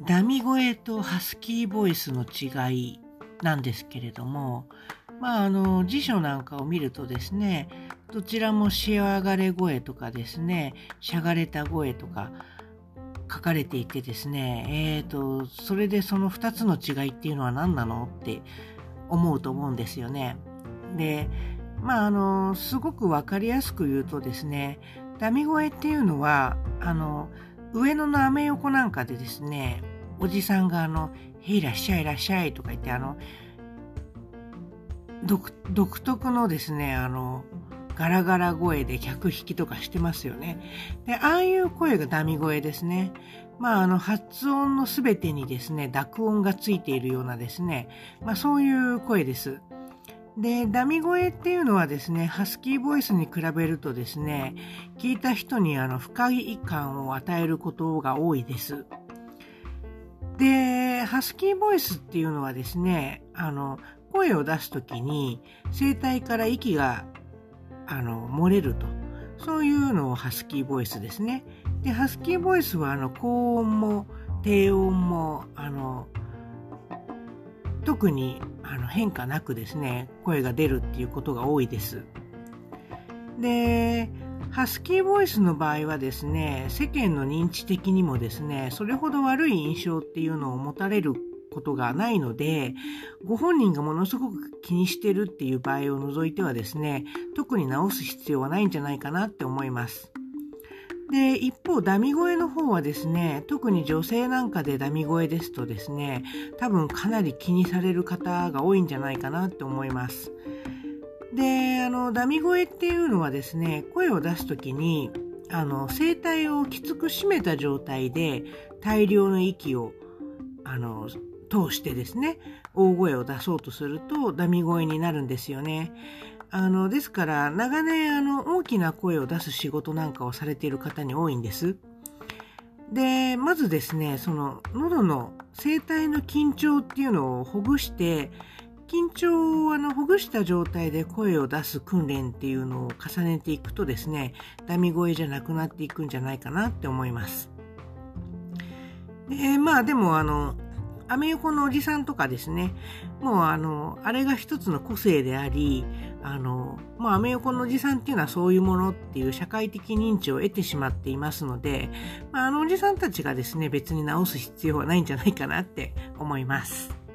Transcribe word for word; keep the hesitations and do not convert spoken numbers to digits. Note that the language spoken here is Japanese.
ダミ声とハスキーボイスの違いなんですけれども、まああの辞書なんかを見るとですね、どちらもしわがれ声とかですね、しゃがれた声とか書かれていてですね、えーと、それでそのふたつの違いっていうのは何なのって思うと思うんですよね。で、まああの、すごくわかりやすく言うとですね、ダミ声っていうのは、あの、上野のアメ横なんかでですね、おじさんがあの、へいらっしゃいいらっしゃいとか言って、あの、独独特のですね、あの、ガラガラ声で客引きとかしてますよね。で、ああいう声がダミ声ですね。まあ、あの、発音のすべてにですね、濁音がついているようなですね、まあ、そういう声です。で、ダミ声っていうのはですね、ハスキーボイスに比べるとですね、聞いた人にあの、不快感を与えることが多いです。で、ハスキーボイスっていうのはですね、あの、声を出すときに声帯から息があの漏れると、そういうのをハスキーボイスですね。で、ハスキーボイスはあの高音も低音もあの特にあの変化なくですね、声が出るっていうことが多いです。で、ハスキーボイスの場合はですね、世間の認知的にもですね、それほど悪い印象っていうのを持たれることがないので、ご本人がものすごく気にしてるっていう場合を除いてはですね、特に直す必要はないんじゃないかなって思います。で、一方、ダミ声の方はですね、特に女性なんかでダミ声ですとですね、多分かなり気にされる方が多いんじゃないかなって思います。で、あの、ダミ声っていうのはですね、声を出すときに、あの、声帯をきつく締めた状態で大量の息を、あの、通してですね、大声を出そうとするとダミ声になるんですよね。あの、ですから、長年、あの、大きな声を出す仕事なんかをされている方に多いんです。で、まずですね、その、喉の声帯の緊張っていうのをほぐして、緊張をあのほぐした状態で声を出す訓練っていうのを重ねていくとですね、ダミ声じゃなくなっていくんじゃないかなって思います。で、まあでもあの、アメ横のおじさんとかですね、もうあの、あれが一つの個性であり、あの、もうアメ横のおじさんっていうのはそういうものっていう社会的認知を得てしまっていますので、まあ、あのおじさんたちがですね、別に直す必要はないんじゃないかなって思います。